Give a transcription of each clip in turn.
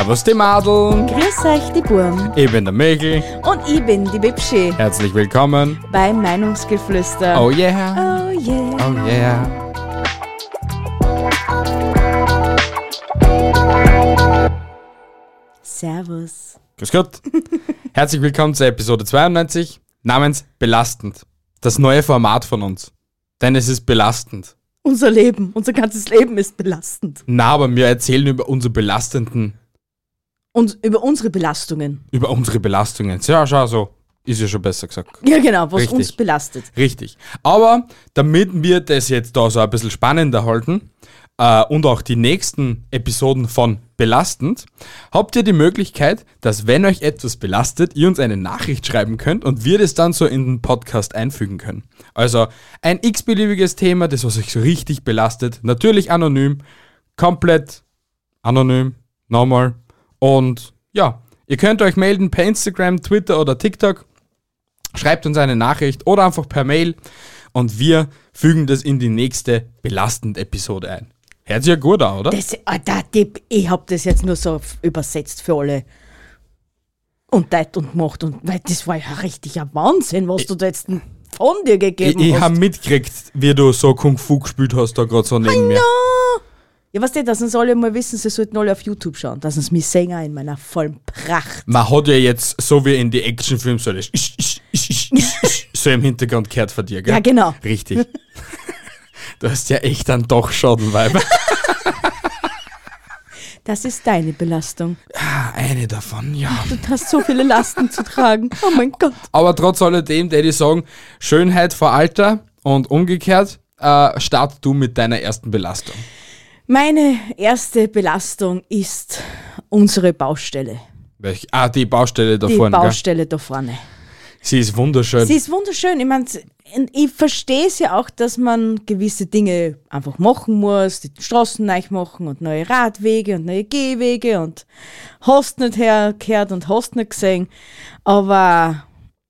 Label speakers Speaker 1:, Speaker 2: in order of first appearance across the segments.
Speaker 1: Servus die Madeln.
Speaker 2: Grüß euch die Burm.
Speaker 1: Ich bin der Mägel.
Speaker 2: Und ich bin die Bibschi.
Speaker 1: Herzlich willkommen
Speaker 2: Bei Meinungsgeflüster.
Speaker 1: Oh yeah.
Speaker 2: Oh yeah.
Speaker 1: Oh yeah.
Speaker 2: Servus.
Speaker 1: Grüß Gott. Herzlich willkommen zur Episode 92 namens Belastend. Das neue Format von uns. Denn es ist belastend.
Speaker 2: Unser Leben, unser ganzes Leben ist belastend.
Speaker 1: Na, aber wir erzählen über unsere belastenden...
Speaker 2: Und über unsere Belastungen.
Speaker 1: Über unsere Belastungen. Ja, schau, so. Ist ja schon besser gesagt.
Speaker 2: Ja, genau, was
Speaker 1: Richtig.
Speaker 2: uns belastet.
Speaker 1: Richtig. Aber damit wir das jetzt da so ein bisschen spannender halten und auch die nächsten Episoden von Belastend, habt ihr die Möglichkeit, dass wenn euch etwas belastet, ihr uns eine Nachricht schreiben könnt und wir das dann so in den Podcast einfügen können. Also ein x-beliebiges Thema, das was euch so richtig belastet, natürlich anonym, komplett anonym, normal und ja, ihr könnt euch melden per Instagram, Twitter oder TikTok. Schreibt uns eine Nachricht oder einfach per Mail und wir fügen das in die nächste Belastend-Episode ein. Hört sich ja gut an, oder?
Speaker 2: Ich hab das jetzt nur so übersetzt für alle. Und deit und gemacht. Und weil das war ja richtig ein Wahnsinn, was du da jetzt von dir gegeben
Speaker 1: Ich
Speaker 2: hast.
Speaker 1: habe mitgekriegt, wie du so Kung Fu gespielt hast, da gerade so neben mir.
Speaker 2: Ja, weißt du, dass uns alle mal wissen, sie sollten alle auf YouTube schauen, dass uns mich sehen in meiner vollen Pracht.
Speaker 1: Man hat ja jetzt, so wie in die Actionfilme, so das so im Hintergrund gehört von dir, gell?
Speaker 2: Ja, genau.
Speaker 1: Richtig. Du hast ja echt dann doch Schadenweib.
Speaker 2: Das ist deine Belastung.
Speaker 1: Eine davon, ja.
Speaker 2: Du hast so viele Lasten zu tragen. Oh mein Gott.
Speaker 1: Aber trotz alledem, die sagen, Schönheit vor Alter und umgekehrt, start du mit deiner ersten Belastung.
Speaker 2: Meine erste Belastung ist unsere Baustelle.
Speaker 1: Die Baustelle da
Speaker 2: Die
Speaker 1: vorne,
Speaker 2: Baustelle da vorne.
Speaker 1: gell? Sie ist wunderschön.
Speaker 2: Sie ist wunderschön. Ich meine, ich verstehe es ja auch, dass man gewisse Dinge einfach machen muss, die Straßen neu machen und neue Radwege und neue Gehwege und hast nicht hergehört und hast nicht gesehen. Aber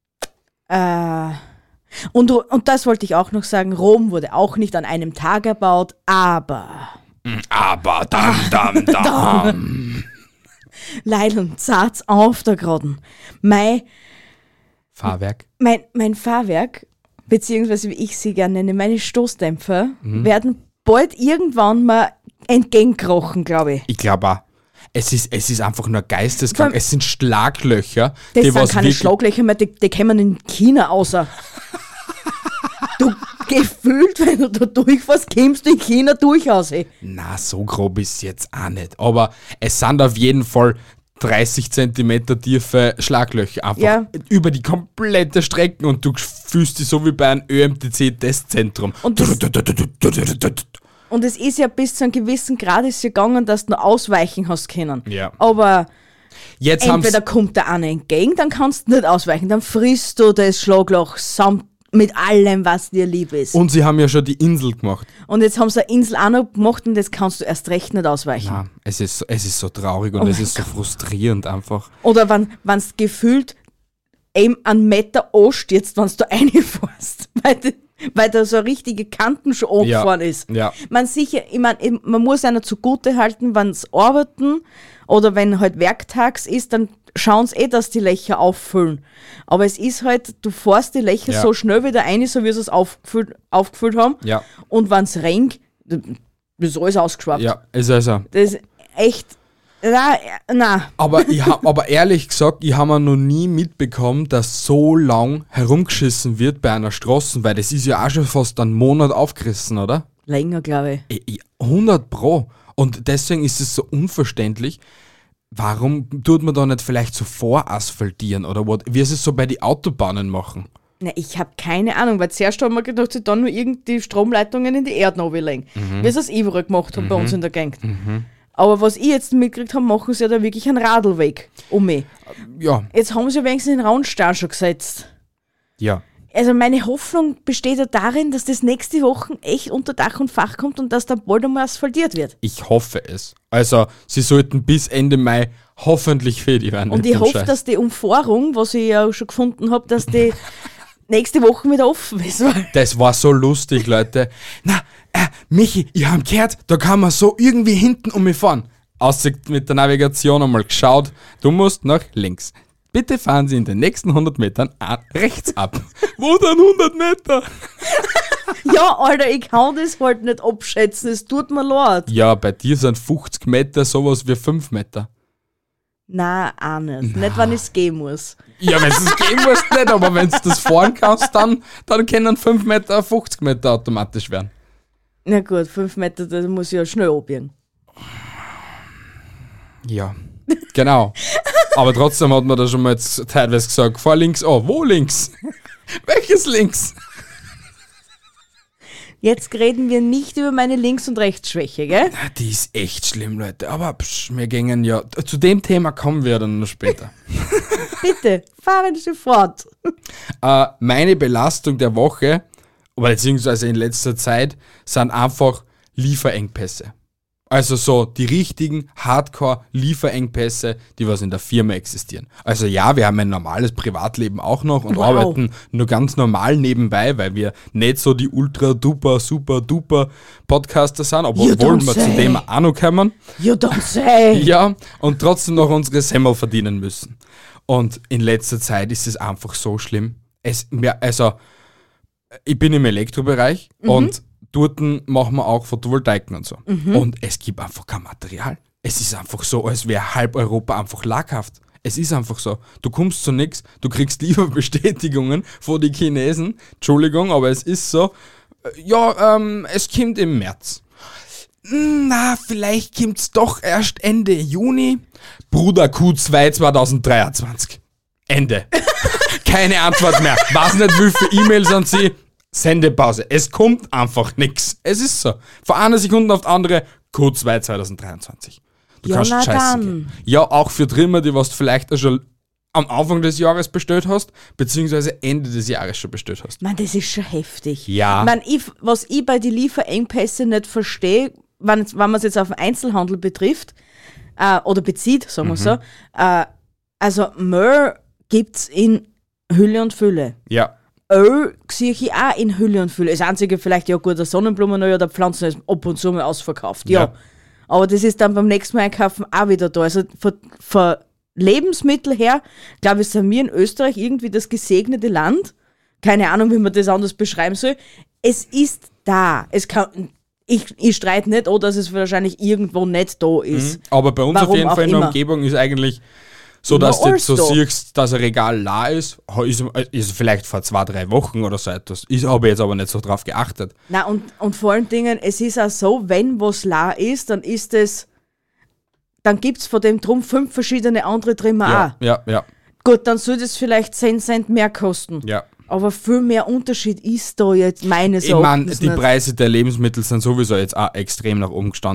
Speaker 2: und das wollte ich auch noch sagen, Rom wurde auch nicht an einem Tag erbaut, aber
Speaker 1: Dam.
Speaker 2: Leid und Satz auf da gerade. Mein Fahrwerk, beziehungsweise wie ich sie gerne nenne, meine Stoßdämpfer, werden bald irgendwann mal entgegenkrochen, glaube ich.
Speaker 1: Ich glaube auch. Es ist einfach nur geisteskrank. Es sind Schlaglöcher.
Speaker 2: Das
Speaker 1: die
Speaker 2: sind
Speaker 1: was
Speaker 2: keine
Speaker 1: wirklich-
Speaker 2: Schlaglöcher mehr, die kommen in China außer. Du gefühlt, wenn du da durchfährst, kommst du in China durchaus.
Speaker 1: Na, so grob ist es jetzt auch nicht. Aber es sind auf jeden Fall 30 cm tiefe Schlaglöcher. Einfach
Speaker 2: Ja.
Speaker 1: über die komplette Strecke und du fühlst dich so wie bei einem ÖMTC-Testzentrum.
Speaker 2: Und es ist ja bis zu einem gewissen Grad ist ja gegangen, dass du noch ausweichen hast können.
Speaker 1: Ja.
Speaker 2: Aber
Speaker 1: Jetzt haben
Speaker 2: entweder kommt der eine entgegen, dann kannst du nicht ausweichen, dann frisst du das Schlagloch samt mit allem, was dir lieb ist.
Speaker 1: Und sie haben ja schon die Insel gemacht.
Speaker 2: Und jetzt haben sie eine Insel auch noch gemacht und jetzt kannst du erst recht nicht ausweichen.
Speaker 1: Ja, es ist so traurig und es ist so frustrierend einfach.
Speaker 2: Oder wenn es gefühlt eben einen Meter anstürzt, wenn du reinfährst, weil da so eine richtige Kanten schon angefahren ist.
Speaker 1: Ja.
Speaker 2: Man muss einer zugute halten, wenn sie arbeiten oder wenn halt werktags ist, dann schauen sie dass die Löcher auffüllen. Aber es ist halt, du fährst die Löcher
Speaker 1: Ja.
Speaker 2: so schnell wieder rein, so wie sie es aufgefüllt haben.
Speaker 1: Ja.
Speaker 2: Und wenn es regnet, ist alles ausgeschwappt.
Speaker 1: Ja, ist also.
Speaker 2: Das ist echt. Na.
Speaker 1: Aber ehrlich gesagt, ich habe noch nie mitbekommen, dass so lang herumgeschissen wird bei einer Straße, weil das ist ja auch schon fast einen Monat aufgerissen, oder?
Speaker 2: Länger, glaube ich.
Speaker 1: 100 Pro. Und deswegen ist es so unverständlich, warum tut man da nicht vielleicht so vorasphaltieren oder wie sie es so bei den Autobahnen machen?
Speaker 2: Na, ich habe keine Ahnung, weil zuerst haben wir gedacht, sie dann nur irgendwie Stromleitungen in die Erde runterlegen. Wie sie es überall gemacht haben bei uns in der Gegend. Aber was ich jetzt mitgekriegt habe, machen sie ja da wirklich einen Radlweg um mich.
Speaker 1: Ja,
Speaker 2: Jetzt haben sie ja wenigstens den Randstein schon gesetzt.
Speaker 1: ja.
Speaker 2: Also meine Hoffnung besteht ja darin, dass das nächste Woche echt unter Dach und Fach kommt und dass da bald einmal asphaltiert wird.
Speaker 1: Ich hoffe es. Also, sie sollten bis Ende Mai hoffentlich fertig werden.
Speaker 2: Und
Speaker 1: mit
Speaker 2: ich
Speaker 1: dem
Speaker 2: hoffe,
Speaker 1: Scheiß.
Speaker 2: dass die Umfahrung, was ich ja schon gefunden habe, dass die nächste Woche wieder offen ist.
Speaker 1: Das war so lustig, Leute. Na, Michi, ich hab gehört, da kann man so irgendwie hinten um mich fahren. Aussicht mit der Navigation einmal geschaut, du musst nach links. Bitte fahren Sie in den nächsten 100 Metern rechts ab. Wo dann 100 Meter?
Speaker 2: Ja, Alter, ich kann das halt nicht abschätzen, es tut mir leid.
Speaker 1: Ja, bei dir sind 50 Meter sowas wie 5 Meter.
Speaker 2: Nein, auch nicht. Nicht, wenn ich es gehen muss.
Speaker 1: Ja, wenn du es gehen musst, nicht, aber wenn du das fahren kannst, dann können 5 Meter 50 Meter automatisch werden.
Speaker 2: Na gut, 5 Meter, da muss ich ja schnell abbiegen.
Speaker 1: Ja, genau. Aber trotzdem hat man da schon mal jetzt teilweise gesagt, fahr links an. Wo links? Welches links?
Speaker 2: Jetzt reden wir nicht über meine Links- und Rechtsschwäche, gell?
Speaker 1: Die ist echt schlimm, Leute. Aber wir gingen ja, zu dem Thema kommen wir dann noch später.
Speaker 2: Bitte, fahren Sie fort.
Speaker 1: Meine Belastung der Woche, oder beziehungsweise in letzter Zeit, sind einfach Lieferengpässe. Also so die richtigen Hardcore-Lieferengpässe, die was in der Firma existieren. Also ja, wir haben ein normales Privatleben auch noch und arbeiten nur ganz normal nebenbei, weil wir nicht so die ultra-duper-super-duper Podcaster sind, obwohl wir zu dem auch noch kommen.
Speaker 2: You don't say.
Speaker 1: Ja, und trotzdem noch unsere Semmel verdienen müssen. Und in letzter Zeit ist es einfach so schlimm. Ich bin im Elektrobereich und dort machen wir auch Photovoltaiken und so. Und es gibt einfach kein Material. Es ist einfach so, als wäre halb Europa einfach lackhaft. Es ist einfach so. Du kommst zu nichts, du kriegst Lieferbestätigungen von den Chinesen. Entschuldigung, aber es ist so. Ja, es kommt im März. Na, vielleicht kommt's doch erst Ende Juni. Bruder Q2 2023. Ende. Keine Antwort mehr. Weiß nicht, wie viele E-Mails an sie. Sendepause. Es kommt einfach nix. Es ist so. Von einer Sekunde auf die andere, Q2 2023. Du kannst scheißen gehen. Ja, auch für Trimmer, die was du vielleicht auch schon am Anfang des Jahres bestellt hast, beziehungsweise Ende des Jahres schon bestellt hast.
Speaker 2: Man, das ist schon heftig.
Speaker 1: Ja.
Speaker 2: Was ich bei den Lieferengpässen nicht verstehe, wenn man es jetzt auf den Einzelhandel betrifft, oder bezieht, sagen wir so, also Müll gibt's in Hülle und Fülle.
Speaker 1: Ja.
Speaker 2: Öl sehe ich auch in Hülle und Fülle. Das einzige vielleicht, ja gut, der Sonnenblumenöl oder Pflanzen ist ab und zu mal ausverkauft. Ja. Aber das ist dann beim nächsten Mal einkaufen auch wieder da. Also von Lebensmittel her, glaube ich, sind wir in Österreich irgendwie das gesegnete Land. Keine Ahnung, wie man das anders beschreiben soll. Es ist da. Ich streite nicht, dass es wahrscheinlich irgendwo nicht da ist.
Speaker 1: Aber bei uns
Speaker 2: Warum
Speaker 1: auf jeden Fall in der
Speaker 2: immer.
Speaker 1: Umgebung ist eigentlich so, dass du jetzt so siehst, dass ein Regal leer ist vielleicht vor 2-3 Wochen oder so etwas. Ich habe jetzt aber nicht so drauf geachtet.
Speaker 2: Na und vor allen Dingen, es ist auch so, wenn was leer ist, dann gibt es von dem drum 5 verschiedene andere Trimmer auch.
Speaker 1: Ja.
Speaker 2: Gut, dann soll das vielleicht 10 Cent mehr kosten.
Speaker 1: Ja.
Speaker 2: Aber viel mehr Unterschied ist da jetzt meines
Speaker 1: Ich meine,
Speaker 2: Erachtens
Speaker 1: die
Speaker 2: nicht.
Speaker 1: Preise der Lebensmittel sind sowieso jetzt auch extrem nach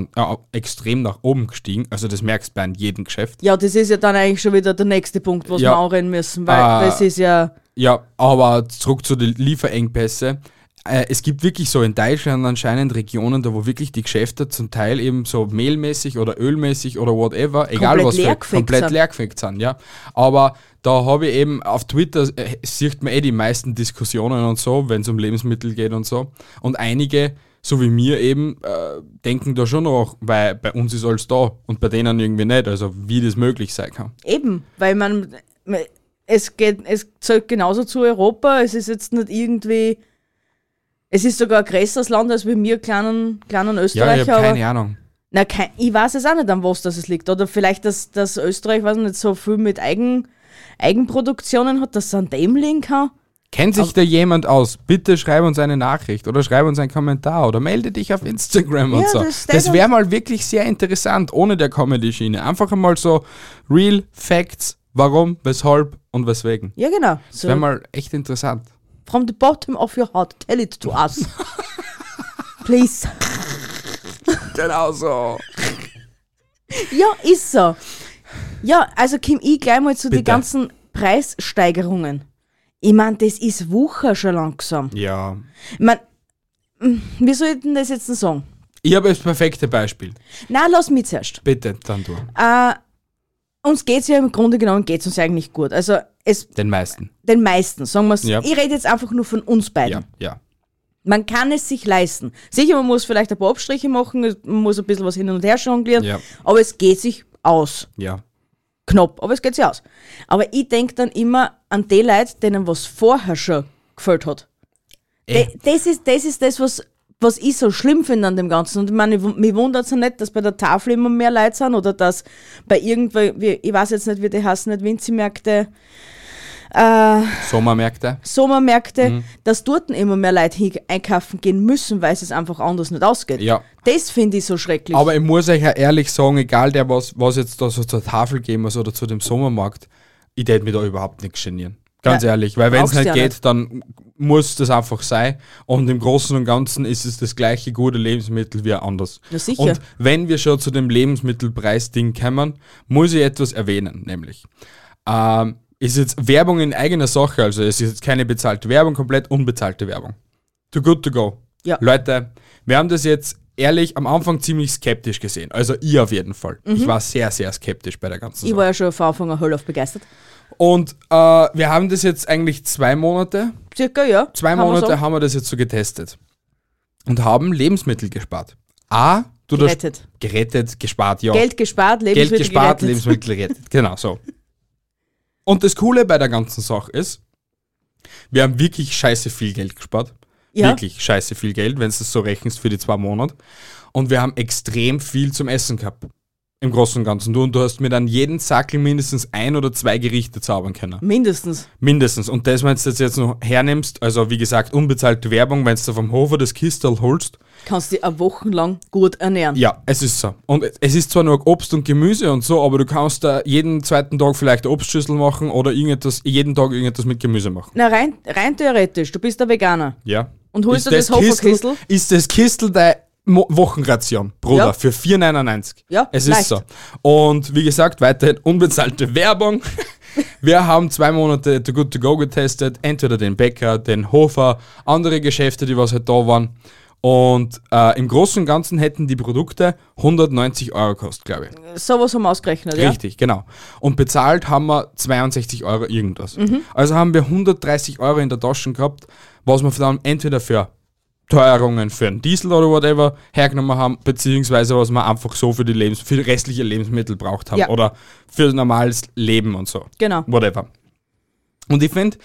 Speaker 1: oben gestiegen. Also das merkst du bei jedem Geschäft.
Speaker 2: Ja, das ist ja dann eigentlich schon wieder der nächste Punkt, was wir anreden müssen, weil das ist ja...
Speaker 1: Ja, aber zurück zu den Lieferengpässe. Es gibt wirklich so in Deutschland anscheinend Regionen, da wo wirklich die Geschäfte zum Teil eben so mehlmäßig oder ölmäßig oder whatever, egal was für, komplett leergefegt sind, ja. Aber da habe ich eben auf Twitter, sieht man die meisten Diskussionen und so, wenn es um Lebensmittel geht und so. Und einige, so wie mir eben, denken da schon noch, weil bei uns ist alles da und bei denen irgendwie nicht, also wie das möglich sein kann.
Speaker 2: Eben, weil es zählt genauso zu Europa, es ist jetzt nicht irgendwie... Es ist sogar ein größeres Land als bei mir, kleinen Österreicher.
Speaker 1: Ja, ich habe keine Ahnung.
Speaker 2: Ich weiß es auch nicht, an was das liegt. Oder vielleicht, dass Österreich, weiß nicht, so viel mit Eigenproduktionen hat, dass es an dem liegen kann.
Speaker 1: Kennt sich da jemand aus? Bitte schreib uns eine Nachricht oder schreib uns einen Kommentar oder melde dich auf Instagram und so. Das wäre mal wirklich sehr interessant, ohne der Comedy-Schiene. Einfach einmal so Real Facts, warum, weshalb und weswegen.
Speaker 2: Ja, genau.
Speaker 1: Das wäre mal echt interessant.
Speaker 2: From the bottom of your heart, tell it to us. Please.
Speaker 1: Genau so.
Speaker 2: Ja, ist so. Ja, also komm ich gleich mal zu den ganzen Preissteigerungen. Ich meine, das ist Wucher schon langsam.
Speaker 1: Ja.
Speaker 2: Ich meine, wie soll ich denn das jetzt noch sagen?
Speaker 1: Ich habe das perfekte Beispiel.
Speaker 2: Nein, lass mich zuerst.
Speaker 1: Bitte, dann du.
Speaker 2: Uns geht es ja im Grunde genommen uns eigentlich gut. Also
Speaker 1: Den meisten.
Speaker 2: Den meisten, sagen wir es.
Speaker 1: Ja.
Speaker 2: Ich rede jetzt einfach nur von uns beiden.
Speaker 1: Ja.
Speaker 2: Man kann es sich leisten. Sicher, man muss vielleicht ein paar Abstriche machen, man muss ein bisschen was hin und her jonglieren,
Speaker 1: Ja.
Speaker 2: aber es geht sich aus.
Speaker 1: Ja.
Speaker 2: Knapp, aber es geht sich aus. Aber ich denke dann immer an die Leute, denen was vorher schon gefällt hat. Das ist das, was ich so schlimm finde an dem Ganzen. Und ich meine, mich wundert es ja nicht, dass bei der Tafel immer mehr Leute sind oder dass bei ich weiß jetzt nicht, wie die heißen, nicht Winzimärkte, Sommermärkte, dass dort immer mehr Leute einkaufen gehen müssen, weil es einfach anders nicht ausgeht.
Speaker 1: Ja.
Speaker 2: Das finde ich so schrecklich.
Speaker 1: Aber ich muss euch ja ehrlich sagen, egal der was jetzt da so zur Tafel gehen muss oder zu dem Sommermarkt, ich tät mich da überhaupt nicht genieren. Ganz ehrlich, weil wenn es nicht geht, dann muss das einfach sein. Und im Großen und Ganzen ist es das gleiche gute Lebensmittel wie anders.
Speaker 2: Ja, sicher.
Speaker 1: Und wenn wir schon zu dem Lebensmittelpreis-Ding kommen, muss ich etwas erwähnen, nämlich ist jetzt Werbung in eigener Sache, also es ist jetzt keine bezahlte Werbung, komplett unbezahlte Werbung. Too good to go.
Speaker 2: Ja.
Speaker 1: Leute, wir haben das jetzt ehrlich am Anfang ziemlich skeptisch gesehen. Also ich auf jeden Fall. Ich war sehr, sehr skeptisch bei der ganzen Sache.
Speaker 2: Ich war ja schon von Anfang an hellauf begeistert.
Speaker 1: Und wir haben das jetzt eigentlich 2 Monate.
Speaker 2: Circa, ja.
Speaker 1: 2 Monate haben wir das jetzt so getestet. Und haben Lebensmittel gespart. Gerettet, gespart, ja.
Speaker 2: Geld gespart, Lebensmittel gerettet.
Speaker 1: Lebensmittel gerettet. Genau, so. Und das Coole bei der ganzen Sache ist, wir haben wirklich scheiße viel Geld gespart.
Speaker 2: Ja.
Speaker 1: Wirklich scheiße viel Geld, wenn du das so rechnest für die 2 Monate. Und wir haben extrem viel zum Essen gehabt. Im Großen und Ganzen. Du hast mir dann jeden Sackel mindestens 1 oder 2 Gerichte zaubern können. Mindestens. Und das, wenn du das jetzt noch hernimmst, also wie gesagt, unbezahlte Werbung, wenn du vom Hofer das Kistel holst.
Speaker 2: Kannst du dich eine Woche lang gut ernähren.
Speaker 1: Ja, es ist so. Und es ist zwar nur Obst und Gemüse und so, aber du kannst da jeden zweiten Tag vielleicht eine Obstschüssel machen oder jeden Tag irgendetwas mit Gemüse machen.
Speaker 2: Na, rein theoretisch, du bist ein Veganer.
Speaker 1: Ja.
Speaker 2: Und holst du das Hoferkistel?
Speaker 1: Ist das Kistel dein Wochenration, Bruder,
Speaker 2: Ja.
Speaker 1: für 4,99.
Speaker 2: Ja,
Speaker 1: es
Speaker 2: leicht.
Speaker 1: ist so. Und wie gesagt, weiterhin unbezahlte Werbung. Wir haben 2 Monate Too Good To Go getestet, entweder den Bäcker, den Hofer, andere Geschäfte, die was halt da waren. Und im Großen und Ganzen hätten die Produkte 190 € gekostet, glaube ich.
Speaker 2: Sowas haben wir ausgerechnet, ja.
Speaker 1: Richtig, genau. Und bezahlt haben wir 62 € irgendwas. Also haben wir 130 € in der Tasche gehabt, was wir dann entweder für Teuerungen für einen Diesel oder whatever hergenommen haben, beziehungsweise was wir einfach so für die restliche Lebensmittel braucht haben.
Speaker 2: Ja.
Speaker 1: Oder für normales Leben und so.
Speaker 2: Genau.
Speaker 1: Whatever. Und ich finde,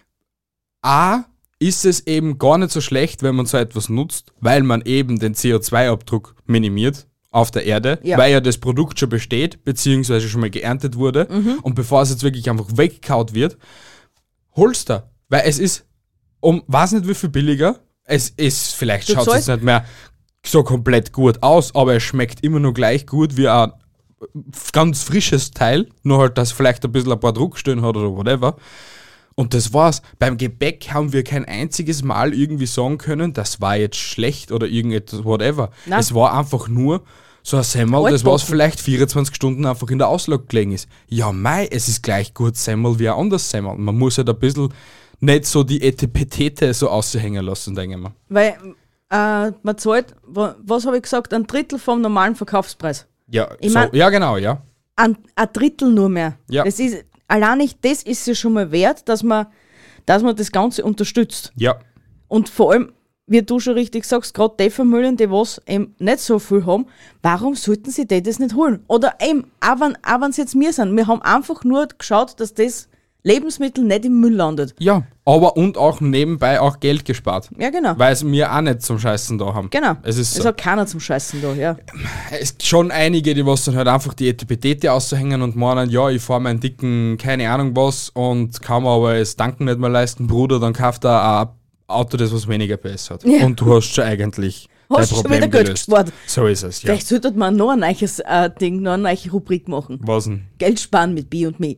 Speaker 1: ist es eben gar nicht so schlecht, wenn man so etwas nutzt, weil man eben den CO2-Abdruck minimiert auf der Erde,
Speaker 2: Ja.
Speaker 1: weil ja das Produkt schon besteht, beziehungsweise schon mal geerntet wurde. Und bevor es jetzt wirklich einfach weggekaut wird, holst du. Weil es ist weiß nicht wie viel billiger. Es ist, vielleicht
Speaker 2: Du
Speaker 1: schaut es
Speaker 2: zahlst-
Speaker 1: jetzt nicht mehr so komplett gut aus, aber es schmeckt immer noch gleich gut wie ein ganz frisches Teil, nur halt, dass vielleicht ein bisschen ein paar Druckstellen hat oder whatever. Und das war's. Beim Gebäck haben wir kein einziges Mal irgendwie sagen können, das war jetzt schlecht oder irgendetwas, whatever.
Speaker 2: Nein.
Speaker 1: Es war einfach nur so ein Semmel, das was vielleicht 24 Stunden einfach in der Auslage gelegen ist. Ja, es ist gleich gut Semmel wie ein anderes Semmel. Man muss halt ein bisschen nicht so die Etepetete so aushängen lassen, denke ich mal.
Speaker 2: Weil man zahlt, was habe ich gesagt, 1/3 vom normalen Verkaufspreis.
Speaker 1: Ja,
Speaker 2: Ich mein-
Speaker 1: ja genau, ja.
Speaker 2: Ein Drittel nur mehr.
Speaker 1: Ja.
Speaker 2: Das ist, allein nicht das ist ja schon mal wert, dass man das Ganze unterstützt.
Speaker 1: Ja,
Speaker 2: Und vor allem, wie du schon richtig sagst, gerade die Familien, die was eben nicht so viel haben, warum sollten sie das nicht holen? Oder eben, auch wenn sie jetzt wir sind, wir haben einfach nur geschaut, dass das Lebensmittel nicht im Müll landet.
Speaker 1: ja. Aber und auch nebenbei auch Geld gespart.
Speaker 2: Ja, genau.
Speaker 1: Weil es wir auch nicht zum Scheißen da haben.
Speaker 2: Genau.
Speaker 1: Es ist so.
Speaker 2: hat keiner zum Scheißen da, ja.
Speaker 1: Es gibt schon einige, die was dann halt einfach die Etepetete auszuhängen und meinen, ja, ich fahre meinen dicken, keine Ahnung was und kann mir aber das Tanken nicht mehr leisten, Bruder, dann kauft er ein Auto, das was weniger PS hat.
Speaker 2: Ja.
Speaker 1: Und du hast schon eigentlich dein
Speaker 2: Hast schon
Speaker 1: Problem
Speaker 2: wieder Geld
Speaker 1: gelöst.
Speaker 2: gespart.
Speaker 1: So ist es, ja.
Speaker 2: Vielleicht sollte man noch ein neues Ding, noch eine neue Rubrik machen.
Speaker 1: Was denn?
Speaker 2: Geld sparen mit B&Me.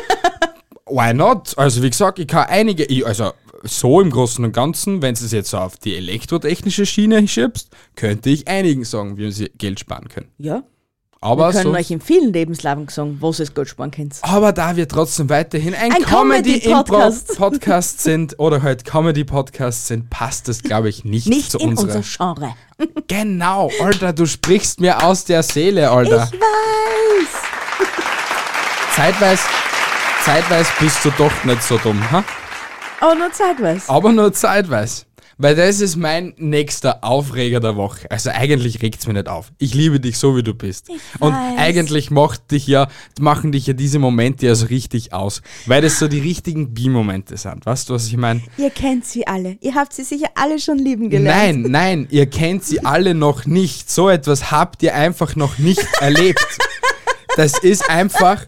Speaker 1: Why not? Also wie gesagt, ich kann also so im Großen und Ganzen, wenn du es jetzt auf die elektrotechnische Schiene schiebst, könnte ich einigen sagen, wie sie Geld sparen können.
Speaker 2: Ja.
Speaker 1: Aber,
Speaker 2: Wir können
Speaker 1: so,
Speaker 2: euch in vielen Lebenslagen sagen, was ihr Geld sparen könnt.
Speaker 1: aber da wir trotzdem weiterhin ein
Speaker 2: Ein Comedy-Podcast.
Speaker 1: Comedy-Podcast sind oder halt Comedy-Podcast sind, passt das, glaube ich, nicht
Speaker 2: Nicht
Speaker 1: zu
Speaker 2: in
Speaker 1: unserer...
Speaker 2: unser Genre.
Speaker 1: Genau, Alter, du sprichst mir aus der Seele, Alter.
Speaker 2: Ich weiß.
Speaker 1: Zeitweise bist du doch nicht so dumm, ha?
Speaker 2: Aber nur zeitweise.
Speaker 1: Aber nur zeitweise. Weil das ist mein nächster Aufreger der Woche. Also eigentlich regt es mich nicht auf. Ich liebe dich so, wie du bist. Und eigentlich machen dich ja diese Momente ja so richtig aus. Weil das so die richtigen Bi-Momente sind. Weißt du, was ich meine?
Speaker 2: Ihr kennt sie alle. Ihr habt sie sicher alle schon lieben gelernt.
Speaker 1: Nein, ihr kennt sie alle noch nicht. So etwas habt ihr einfach noch nicht erlebt. Das ist einfach,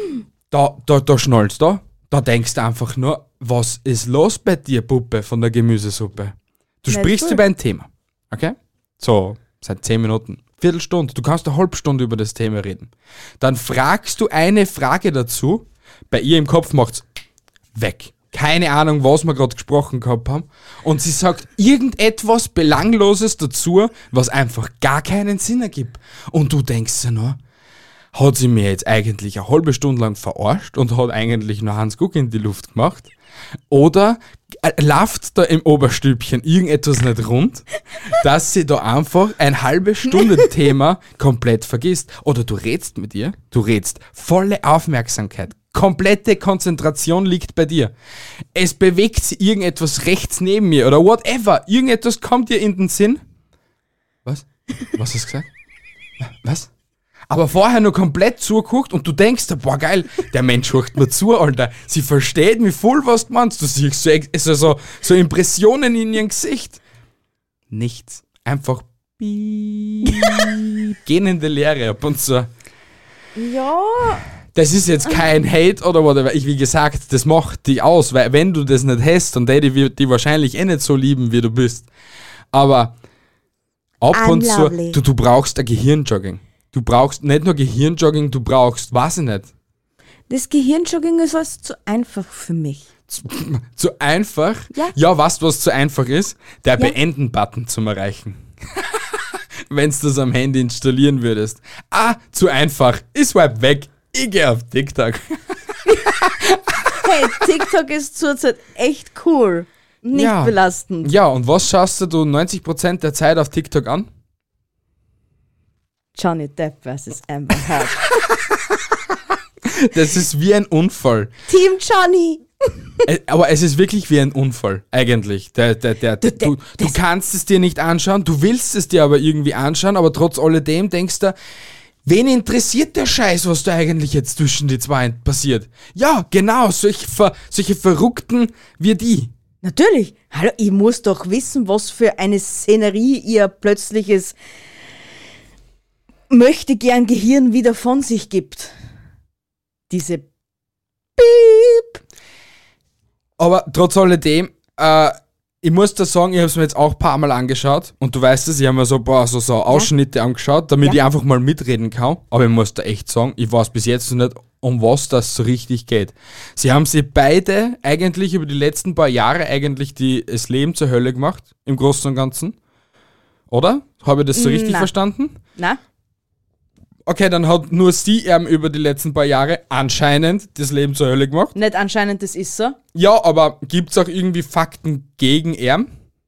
Speaker 1: da schnallst du. Da denkst du einfach nur, was ist los bei dir, Puppe, von der Gemüsesuppe? Du sprichst über ein Thema, okay? So, seit 10 Minuten, Viertelstunde, du kannst eine halbe Stunde über das Thema reden. Dann fragst du eine Frage dazu, bei ihr im Kopf macht's weg. Keine Ahnung, was wir gerade gesprochen gehabt haben. Und sie sagt irgendetwas Belangloses dazu, was einfach gar keinen Sinn ergibt. Und du denkst dir nur, hat sie mir jetzt eigentlich eine halbe Stunde lang verarscht und hat eigentlich nur Hans Guck in die Luft gemacht? Oder läuft da im Oberstübchen irgendetwas nicht rund, dass sie da einfach ein halbe Stunde Thema komplett vergisst? Oder du redst mit ihr, du redst, volle Aufmerksamkeit, komplette Konzentration liegt bei dir. Es bewegt sich irgendetwas rechts neben mir oder whatever, irgendetwas kommt dir in den Sinn. Was? Was hast du gesagt? Was? Aber vorher nur komplett zugeguckt und du denkst dir, boah geil, der Mensch hört mir zu, Alter. Sie versteht mich voll, was du meinst. Du siehst so Impressionen in ihrem Gesicht. Nichts. Einfach piep, gehen in die Leere ab und so.
Speaker 2: Ja.
Speaker 1: Das ist jetzt kein Hate oder whatever. Wie gesagt, das macht dich aus, weil wenn du das nicht hast, dann wird die wahrscheinlich nicht so lieben, wie du bist. Aber ab und zu, du brauchst ein Gehirnjogging. Du brauchst nicht nur Gehirnjogging, du brauchst, weiß ich nicht.
Speaker 2: Das Gehirnjogging ist was zu einfach für mich.
Speaker 1: Zu einfach?
Speaker 2: Ja.
Speaker 1: Ja, weißt du, was zu einfach ist? Der Beenden-Button zum Erreichen. Wenn du das am Handy installieren würdest. Zu einfach. Ich swipe weg. Ich gehe auf TikTok.
Speaker 2: Hey, TikTok ist zurzeit echt cool. Nicht belastend.
Speaker 1: Ja, und was schaust du 90% der Zeit auf TikTok an?
Speaker 2: Johnny Depp vs. Amber Heard.
Speaker 1: Das ist wie ein Unfall.
Speaker 2: Team Johnny!
Speaker 1: Aber es ist wirklich wie ein Unfall, eigentlich. Du kannst es dir nicht anschauen, du willst es dir aber irgendwie anschauen, aber trotz alledem denkst du, wen interessiert der Scheiß, was da eigentlich jetzt zwischen die zwei passiert? Ja, genau, solche Verrückten wie die.
Speaker 2: Natürlich. Hallo, ich muss doch wissen, was für eine Szenerie ihr plötzliches möchte gern Gehirn wieder von sich gibt. Diese Piep.
Speaker 1: Aber trotz alledem, ich muss da sagen, ich habe es mir jetzt auch ein paar Mal angeschaut und du weißt es, ich habe mir so ein paar so Ausschnitte angeschaut, damit ich einfach mal mitreden kann. Aber ich muss da echt sagen, ich weiß bis jetzt noch nicht, um was das so richtig geht. Sie haben sie beide eigentlich über die letzten paar Jahre eigentlich das Leben zur Hölle gemacht, im Großen und Ganzen. Oder? Habe ich das so richtig verstanden?
Speaker 2: Na?
Speaker 1: Okay, dann hat nur sie eben über die letzten paar Jahre anscheinend das Leben zur Hölle gemacht.
Speaker 2: Nicht anscheinend, das ist so.
Speaker 1: Ja, aber gibt es auch irgendwie Fakten gegen ihn?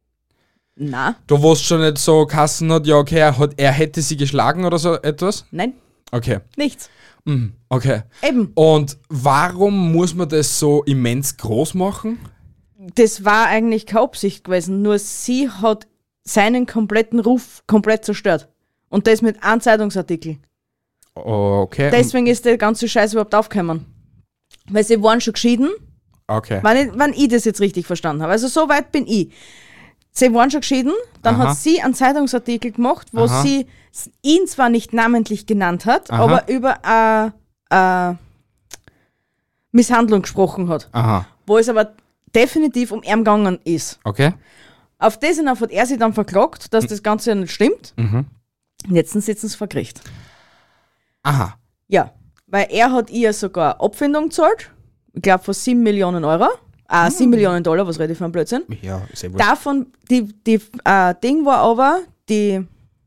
Speaker 2: Na.
Speaker 1: Da wo es schon nicht so Kassen hat, ja okay, er hätte sie geschlagen oder so etwas?
Speaker 2: Nein.
Speaker 1: Okay.
Speaker 2: Nichts.
Speaker 1: Okay.
Speaker 2: Eben.
Speaker 1: Und warum muss man das so immens groß machen?
Speaker 2: Das war eigentlich keine Absicht gewesen, nur sie hat seinen kompletten Ruf komplett zerstört. Und das mit einem Zeitungsartikel.
Speaker 1: Okay.
Speaker 2: Deswegen ist der ganze Scheiß überhaupt aufgekommen. Weil sie waren schon geschieden,
Speaker 1: Okay.
Speaker 2: wenn ich das jetzt richtig verstanden habe. Also so weit bin ich. Sie waren schon geschieden, dann hat sie einen Zeitungsartikel gemacht, wo sie ihn zwar nicht namentlich genannt hat, aber über eine Misshandlung gesprochen hat. Wo es aber definitiv um ihn gegangen ist.
Speaker 1: Okay.
Speaker 2: Auf das hinauf hat er sich dann verklagt, dass das Ganze ja nicht stimmt. Und jetzt sitzen sie vor Gericht.
Speaker 1: Aha.
Speaker 2: Ja, weil er hat ihr sogar Abfindung gezahlt, ich glaube von 7 Millionen Euro, 7 Millionen Dollar, was rede ich für einen Blödsinn.
Speaker 1: Ja, sehr wohl.
Speaker 2: Davon, die Ding war aber, die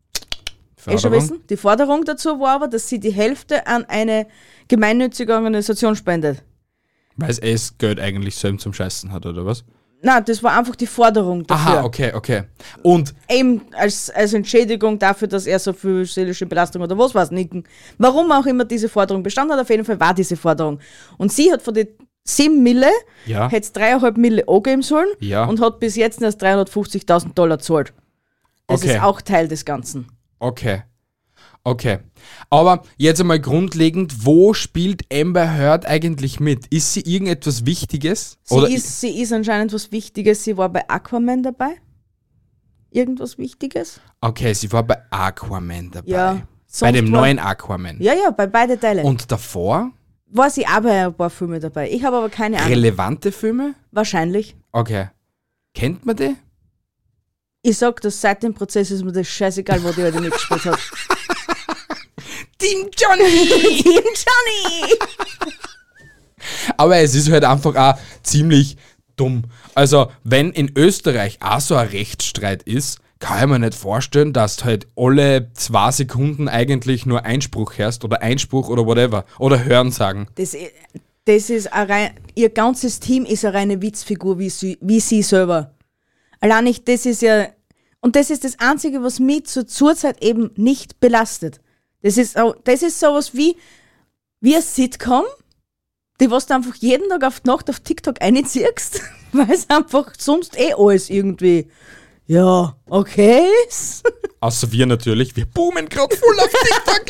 Speaker 2: Forderung dazu war aber, dass sie die Hälfte an eine gemeinnützige Organisation spendet.
Speaker 1: Weil es das Geld eigentlich selbst zum Scheißen hat, oder was?
Speaker 2: Nein, das war einfach die Forderung dafür.
Speaker 1: Aha, okay. Und
Speaker 2: eben als Entschädigung dafür, dass er so viel seelische Belastung oder was weiß nicht. Warum auch immer diese Forderung bestand hat, auf jeden Fall war diese Forderung. Und sie hat von den 7 Mille,
Speaker 1: Ja.
Speaker 2: hätte 3,5 Mille angeben sollen
Speaker 1: Ja.
Speaker 2: und hat bis jetzt erst $350.000 gezahlt. Das
Speaker 1: Okay.
Speaker 2: ist auch Teil des Ganzen.
Speaker 1: Okay. Aber jetzt einmal grundlegend, wo spielt Amber Heard eigentlich mit? Ist sie irgendetwas Wichtiges?
Speaker 2: Sie ist anscheinend was Wichtiges. Sie war bei Aquaman dabei. Irgendwas Wichtiges?
Speaker 1: Okay, sie war bei Aquaman dabei.
Speaker 2: Ja.
Speaker 1: Bei
Speaker 2: Sonst
Speaker 1: dem
Speaker 2: war-
Speaker 1: neuen Aquaman.
Speaker 2: Ja, bei beide Teile.
Speaker 1: Und davor?
Speaker 2: War sie auch bei ein paar Filmen dabei. Ich habe aber keine Ahnung.
Speaker 1: Relevante Filme?
Speaker 2: Wahrscheinlich.
Speaker 1: Okay. Kennt man die?
Speaker 2: Ich sag, dass seit dem Prozess ist mir das scheißegal, wo die heute mitgespielt hat.
Speaker 1: Team Johnny!
Speaker 2: Team Johnny!
Speaker 1: Aber es ist halt einfach auch ziemlich dumm. Also, wenn in Österreich auch so ein Rechtsstreit ist, kann ich mir nicht vorstellen, dass du halt alle 2 Sekunden eigentlich nur Einspruch hörst oder Einspruch oder whatever. Oder Hören sagen.
Speaker 2: Das ist ihr ganzes Team ist eine reine Witzfigur, wie sie selber. Allein nicht, das ist ja, und das ist das Einzige, was mich zurzeit eben nicht belastet. Das ist sowas wie ein Sitcom, die was du einfach jeden Tag auf die Nacht auf TikTok einziehst, weil es einfach sonst alles irgendwie, ja, okay ist.
Speaker 1: Außer wir natürlich. Wir boomen gerade voll auf TikTok,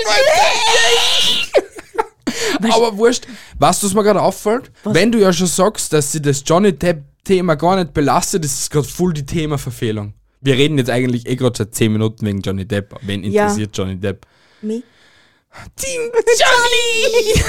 Speaker 1: Leute. Aber wurscht. Weißt du, was mir gerade auffällt?
Speaker 2: Was?
Speaker 1: Wenn du ja schon sagst, dass sie das Johnny Depp-Thema gar nicht belastet, ist es gerade voll die Themaverfehlung. Wir reden jetzt eigentlich gerade seit 10 Minuten wegen Johnny Depp. Wen
Speaker 2: Ja.
Speaker 1: interessiert Johnny Depp?
Speaker 2: Me?
Speaker 1: Team Johnny!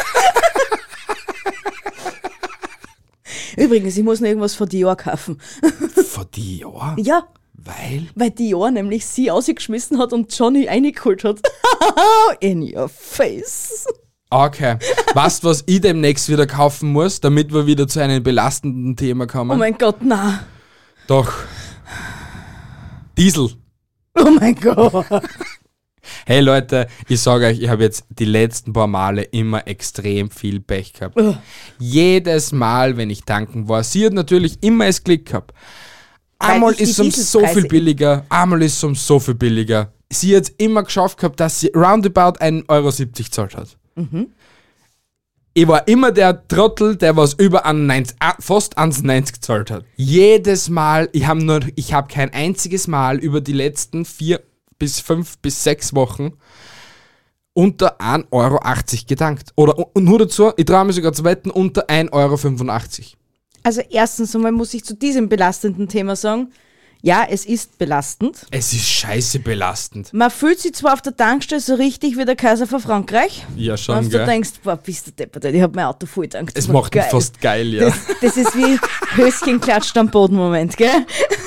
Speaker 2: Übrigens, ich muss noch irgendwas von Dior kaufen.
Speaker 1: Vor die Jahr?
Speaker 2: Ja,
Speaker 1: Weil
Speaker 2: Dior nämlich sie ausgeschmissen hat und Johnny reingeholt hat. In your face.
Speaker 1: Okay. Weißt du, was ich demnächst wieder kaufen muss, damit wir wieder zu einem belastenden Thema kommen?
Speaker 2: Oh mein Gott, na.
Speaker 1: Doch. Diesel.
Speaker 2: Oh mein Gott.
Speaker 1: Hey Leute, ich sage euch, ich habe jetzt die letzten paar Male immer extrem viel Pech gehabt. Jedes Mal, wenn ich tanken war, sie hat natürlich immer es Glück gehabt. Einmal
Speaker 2: ich die
Speaker 1: ist es um so viel
Speaker 2: Dieselpreise-
Speaker 1: billiger, einmal ist es um so viel billiger. Sie hat es immer geschafft gehabt, dass sie roundabout 1,70 Euro gezahlt hat. Ich war immer der Trottel, der was über fast 1,90 gezahlt hat. Jedes Mal, ich habe kein einziges Mal über die letzten 4 bis 5 bis 6 Wochen unter 1,80 Euro getankt. Oder nur dazu, ich traue mich sogar zu wetten, unter 1,85 Euro.
Speaker 2: Also erstens einmal muss ich zu diesem belastenden Thema sagen, ja, es ist belastend.
Speaker 1: Es ist scheiße belastend.
Speaker 2: Man fühlt sich zwar auf der Tankstelle so richtig wie der Kaiser von Frankreich,
Speaker 1: Ja, schon,
Speaker 2: wenn du
Speaker 1: gell?
Speaker 2: denkst, boah, bist du deppert, ich hab mein Auto voll getankt.
Speaker 1: Es
Speaker 2: Das war
Speaker 1: macht mich fast geil, ja.
Speaker 2: Das ist wie Höschen klatscht am Boden-Moment, gell?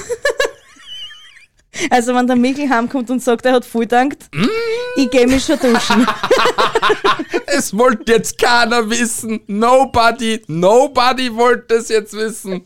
Speaker 2: Also wenn der Michel heimkommt und sagt, er hat voll getankt, ich geh mich schon duschen.
Speaker 1: Es wollte jetzt keiner wissen. Nobody wollte es jetzt wissen.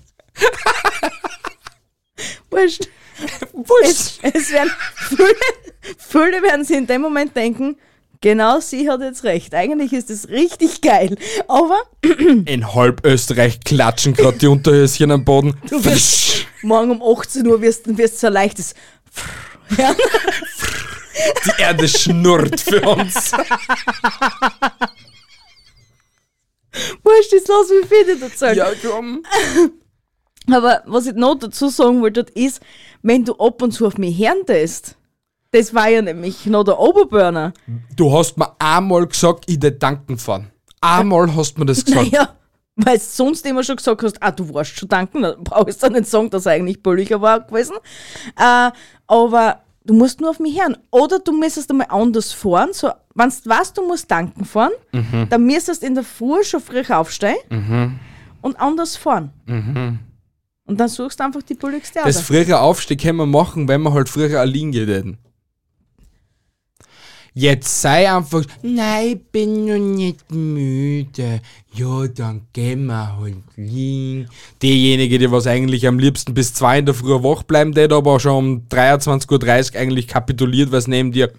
Speaker 2: Wurscht.
Speaker 1: Wurscht.
Speaker 2: Es werden viele werden sich in dem Moment denken, genau sie hat jetzt recht. Eigentlich ist es richtig geil. Aber
Speaker 1: In halb Österreich klatschen gerade die Unterhöschen am Boden.
Speaker 2: du wirst morgen um 18 Uhr wirst so ein leichtes ja.
Speaker 1: Die Erde schnurrt für uns.
Speaker 2: Wurscht, jetzt lass mich wieder erzählen.
Speaker 1: Ja, komm.
Speaker 2: Aber was ich noch dazu sagen wollte, ist, wenn du ab und zu auf mich hören tust, das war ja nämlich noch der Oberburner.
Speaker 1: Du hast mir einmal gesagt, ich will tanken fahren. Einmal hast du mir das gesagt.
Speaker 2: Naja, weil du sonst immer schon gesagt hast, du warst schon tanken, dann brauchst du nicht sagen, dass er eigentlich billiger war gewesen. Aber du musst nur auf mich hören. Oder du müsstest einmal anders fahren. So, wenn du weißt, du musst tanken fahren, dann müsstest du in der Früh schon früh aufstehen und anders fahren. Und dann suchst du einfach die billigste
Speaker 1: Das
Speaker 2: aus.
Speaker 1: frühere Aufstieg können wir machen, wenn wir halt früher eine liegen hätten. Jetzt sei einfach, nein, ich bin noch nicht müde. Ja, dann gehen wir halt liegen. Diejenige, die was eigentlich am liebsten bis 2 in der Früh wach bleiben, der aber schon um 23:30 Uhr eigentlich kapituliert, was neben dir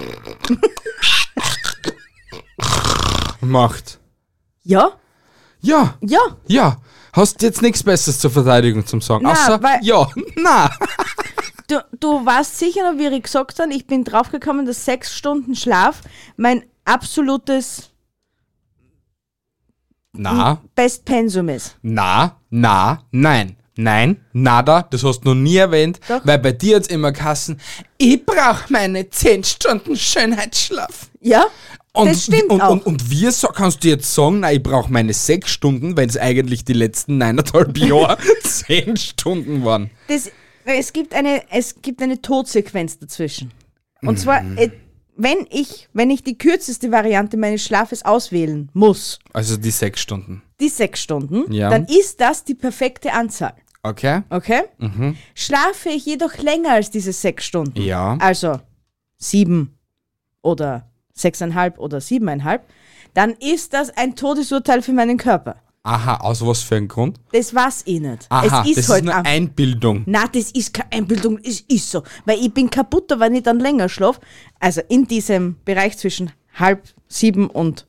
Speaker 1: macht.
Speaker 2: Ja,
Speaker 1: Ja,
Speaker 2: ja.
Speaker 1: ja. Hast jetzt nichts Besseres zur Verteidigung zum sagen.
Speaker 2: Na,
Speaker 1: Außer,
Speaker 2: weil-
Speaker 1: ja, na.
Speaker 2: Du weißt sicher noch, wie ich gesagt habe, ich bin draufgekommen, dass 6 Stunden Schlaf mein absolutes
Speaker 1: Na,
Speaker 2: Bestpensum ist.
Speaker 1: nein. Nein, nada, das hast du noch nie erwähnt,
Speaker 2: Doch.
Speaker 1: weil bei dir hat's immer geheißen, ich brauche meine 10 Stunden Schönheitsschlaf.
Speaker 2: Ja, das stimmt auch.
Speaker 1: Und wie kannst du jetzt sagen, na, ich brauche meine 6 Stunden, wenn es eigentlich die letzten 9,5 Jahre 10 Stunden waren?
Speaker 2: Es gibt eine Todsequenz dazwischen. Und zwar, wenn ich die kürzeste Variante meines Schlafes auswählen muss,
Speaker 1: Also die 6 Stunden.
Speaker 2: die 6 Stunden,
Speaker 1: Ja.
Speaker 2: dann ist das die perfekte Anzahl.
Speaker 1: Okay?
Speaker 2: Okay? Schlafe ich jedoch länger als diese 6 Stunden,
Speaker 1: Ja.
Speaker 2: also 7 oder 6,5 oder 7,5, dann ist das ein Todesurteil für meinen Körper.
Speaker 1: Aha, aus was für einem Grund?
Speaker 2: Das war's eh nicht.
Speaker 1: Aha,
Speaker 2: es ist
Speaker 1: das
Speaker 2: halt
Speaker 1: ist nur
Speaker 2: einfach.
Speaker 1: Einbildung.
Speaker 2: Nein, das ist keine Einbildung, es ist so. Weil ich bin kaputter, wenn ich dann länger schlafe. Also in diesem Bereich zwischen 6,5 und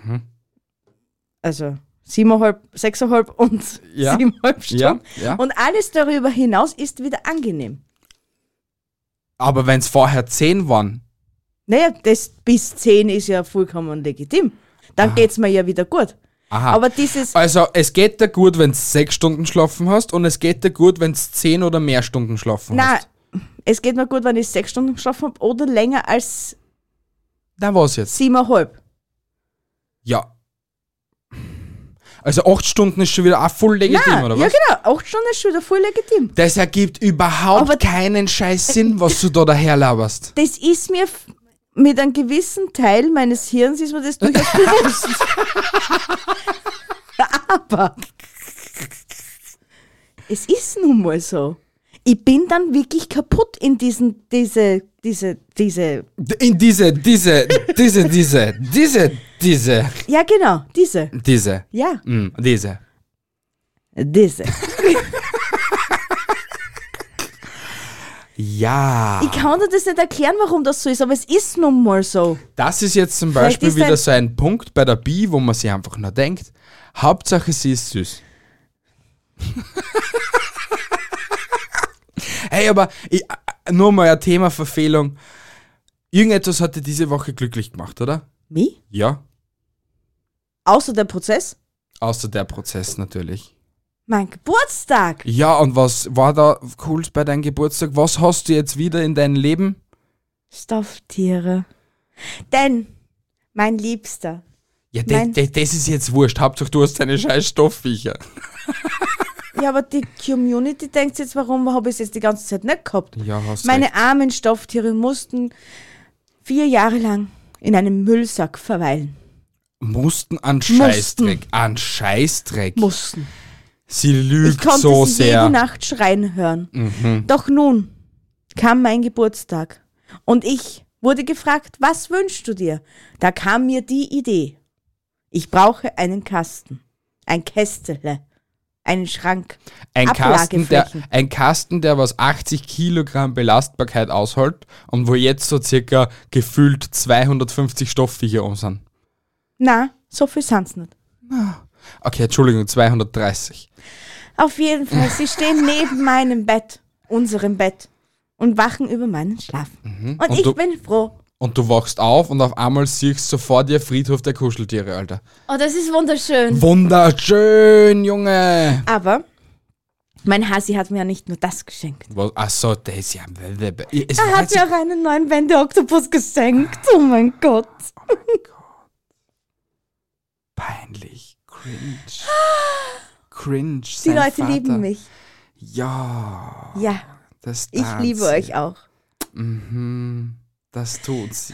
Speaker 2: also 7,5, 6,5 und
Speaker 1: Ja.
Speaker 2: 7,5 Stunden.
Speaker 1: Ja, ja.
Speaker 2: Und alles darüber hinaus ist wieder angenehm.
Speaker 1: Aber wenn es vorher 10 waren,
Speaker 2: Naja, das bis 10 ist ja vollkommen legitim. Dann geht's mir ja wieder gut.
Speaker 1: aha.
Speaker 2: Aber dieses,
Speaker 1: Also es geht dir gut, wenn du 6 Stunden schlafen hast und es geht dir gut, wenn du 10 oder mehr Stunden schlafen
Speaker 2: nein,
Speaker 1: hast.
Speaker 2: es geht mir gut, wenn ich 6 Stunden geschlafen habe oder länger als
Speaker 1: Na was jetzt?
Speaker 2: 7,5.
Speaker 1: Ja. Also 8 Stunden ist schon wieder auch voll legitim,
Speaker 2: Nein,
Speaker 1: oder
Speaker 2: ja
Speaker 1: was?
Speaker 2: genau, 8 Stunden ist schon wieder voll legitim.
Speaker 1: Das ergibt überhaupt
Speaker 2: Aber-
Speaker 1: keinen scheiß Sinn, was du da daherlaberst.
Speaker 2: Das ist mir mit einem gewissen Teil meines Hirns ist mir das durchaus bewusst. Aber es ist nun mal so. Ich bin dann wirklich kaputt in diese,
Speaker 1: In diese.
Speaker 2: ja genau, diese, ja,
Speaker 1: Diese.
Speaker 2: diese.
Speaker 1: Ja.
Speaker 2: Ich kann dir das nicht erklären, warum das so ist, aber es ist nun mal so.
Speaker 1: Das ist jetzt zum
Speaker 2: Vielleicht
Speaker 1: Beispiel
Speaker 2: ist
Speaker 1: wieder
Speaker 2: ein-
Speaker 1: so ein Punkt bei der Bi, wo man sich einfach nur denkt, Hauptsache sie ist süß. Hey, aber nur mal ein Thema Verfehlung. Irgendetwas hat dir diese Woche glücklich gemacht, oder?
Speaker 2: Mich?
Speaker 1: Ja.
Speaker 2: Außer der Prozess?
Speaker 1: Außer der Prozess natürlich.
Speaker 2: Mein Geburtstag.
Speaker 1: Ja, und was war da cool bei deinem Geburtstag? Was hast du jetzt wieder in deinem Leben?
Speaker 2: Stofftiere. Denn, mein Liebster,
Speaker 1: Ja,
Speaker 2: Nein.
Speaker 1: das ist jetzt wurscht. Hauptsache du hast deine scheiß Stoffviecher.
Speaker 2: ja, aber die Community denkt jetzt, warum habe ich es jetzt die ganze Zeit nicht gehabt?
Speaker 1: Ja, hast
Speaker 2: Meine
Speaker 1: recht.
Speaker 2: armen Stofftiere mussten 4 Jahre lang in einem Müllsack verweilen.
Speaker 1: Mussten an Scheißdreck. An Scheißdreck.
Speaker 2: Mussten.
Speaker 1: Sie
Speaker 2: Ich
Speaker 1: lügt
Speaker 2: konnte
Speaker 1: so
Speaker 2: sie
Speaker 1: sehr.
Speaker 2: jede Nacht schreien hören.
Speaker 1: Mhm.
Speaker 2: Doch nun kam mein Geburtstag und ich wurde gefragt, was wünschst du dir? Da kam mir die Idee. Ich brauche einen Kasten, ein Kästele, einen Schrank,
Speaker 1: Ein
Speaker 2: Ablageflächen.
Speaker 1: Kasten, der was 80 Kilogramm Belastbarkeit aushält und wo jetzt so circa gefühlt 250 Stoffviecher um sind.
Speaker 2: Na, so viel sind's nicht.
Speaker 1: Okay, Entschuldigung, 230.
Speaker 2: Auf jeden Fall, sie stehen neben meinem Bett, unserem Bett, und wachen über meinen Schlaf. Und
Speaker 1: Und
Speaker 2: ich
Speaker 1: du-
Speaker 2: bin froh.
Speaker 1: Und du wachst auf und auf einmal siehst du vor dir Friedhof der Kuscheltiere, Alter.
Speaker 2: Oh, das ist wunderschön.
Speaker 1: Wunderschön, Junge!
Speaker 2: Aber mein Hasi hat mir ja nicht nur das geschenkt.
Speaker 1: Achso, das ist ja... Es
Speaker 2: Er
Speaker 1: war
Speaker 2: hat
Speaker 1: jetzt-
Speaker 2: mir auch einen neuen Wende-Oktopus geschenkt. Oh mein Gott.
Speaker 1: Peinlich. Cringe.
Speaker 2: Die
Speaker 1: sein
Speaker 2: Leute
Speaker 1: Vater.
Speaker 2: lieben mich.
Speaker 1: Ja.
Speaker 2: Ja,
Speaker 1: Das
Speaker 2: ich
Speaker 1: tat
Speaker 2: liebe
Speaker 1: sie.
Speaker 2: euch auch.
Speaker 1: Das tut sie.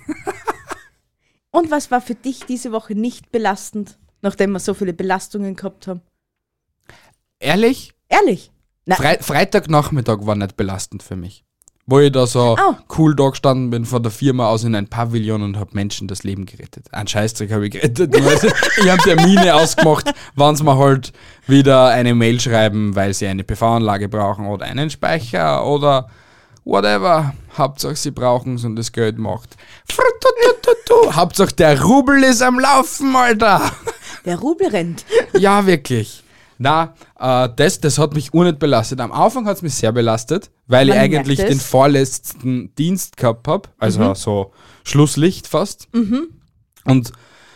Speaker 2: Und was war für dich diese Woche nicht belastend, nachdem wir so viele Belastungen gehabt haben?
Speaker 1: Ehrlich?
Speaker 2: Ehrlich? Na,
Speaker 1: Freitagnachmittag war nicht belastend für mich. Wo ich da so
Speaker 2: Oh.
Speaker 1: cool da gestanden bin von der Firma aus in ein Pavillon und hab Menschen das Leben gerettet. Einen Scheißdreck habe ich gerettet. Nur ich habe Termine ausgemacht, wann sie mir halt wieder eine Mail schreiben, weil sie eine PV-Anlage brauchen oder einen Speicher oder whatever. Hauptsache sie brauchen es und das Geld macht. Hauptsache der Rubel ist am Laufen, Alter.
Speaker 2: der Rubel rennt.
Speaker 1: Ja, wirklich. Na, das hat mich nicht belastet. Am Anfang hat es mich sehr belastet, weil ich
Speaker 2: Man
Speaker 1: eigentlich
Speaker 2: merkt es.
Speaker 1: den vorletzten Dienst gehabt habe, also so Schlusslicht fast. Und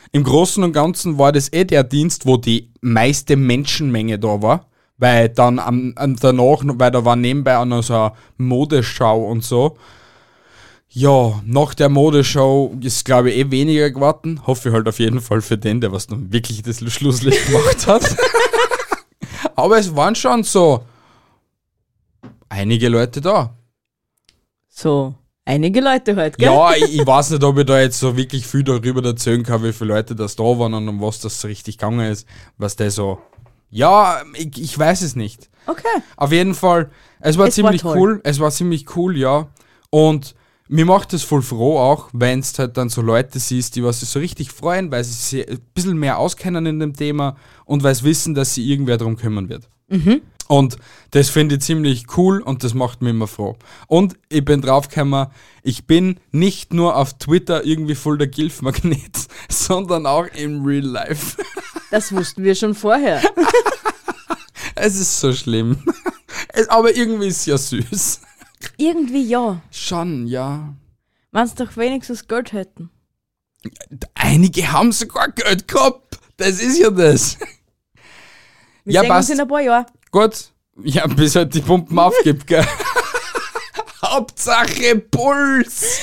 Speaker 1: im Großen und Ganzen war das der Dienst, wo die meiste Menschenmenge da war. Weil dann danach, weil da war nebenbei auch noch so eine Modeschau und so. Ja, nach der Modeschau ist, glaube ich, weniger geworden. Hoffe ich halt auf jeden Fall für den, der was dann wirklich das Schlusslicht gemacht hat. Aber es waren schon so einige Leute da.
Speaker 2: So, einige Leute halt, gell?
Speaker 1: Ja, ich weiß nicht, ob ich da jetzt so wirklich viel darüber erzählen kann, wie viele Leute das da waren und um was das so richtig gegangen ist. Was der so... Ja, ich weiß es nicht.
Speaker 2: Okay.
Speaker 1: Auf jeden Fall, es war ziemlich cool. Es war ziemlich cool, ja. Und mir macht es voll froh auch, wenn es halt dann so Leute siehst, die was sich so richtig freuen, weil sie sich ein bisschen mehr auskennen in dem Thema und weil sie wissen, dass sich irgendwer darum kümmern wird.
Speaker 2: Mhm.
Speaker 1: Und das finde ich ziemlich cool und das macht mich immer froh. Und ich bin draufgekommen, ich bin nicht nur auf Twitter irgendwie voll der Gilf-Magnet, sondern auch im Real Life.
Speaker 2: Das wussten wir schon vorher.
Speaker 1: Es ist so schlimm. Aber irgendwie ist es ja süß.
Speaker 2: Irgendwie ja.
Speaker 1: Schon, ja.
Speaker 2: Wenn sie doch wenigstens Geld hätten.
Speaker 1: Einige haben sogar Geld gehabt. Das ist ja das.
Speaker 2: Wir sehen uns in ein paar Jahren.
Speaker 1: Gut. Ja, bis halt die Pumpen aufgibt, gell. Hauptsache Puls.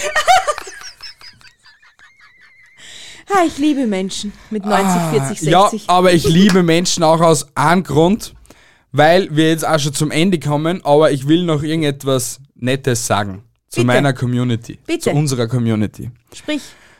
Speaker 2: Ich liebe Menschen mit 90, 40, 60.
Speaker 1: Ja, aber ich liebe Menschen auch aus einem Grund, weil wir jetzt auch schon zum Ende kommen, aber ich will noch irgendetwas Nettes sagen zu
Speaker 2: Bitte.
Speaker 1: meiner Community,
Speaker 2: Bitte.
Speaker 1: zu unserer Community.
Speaker 2: Sprich.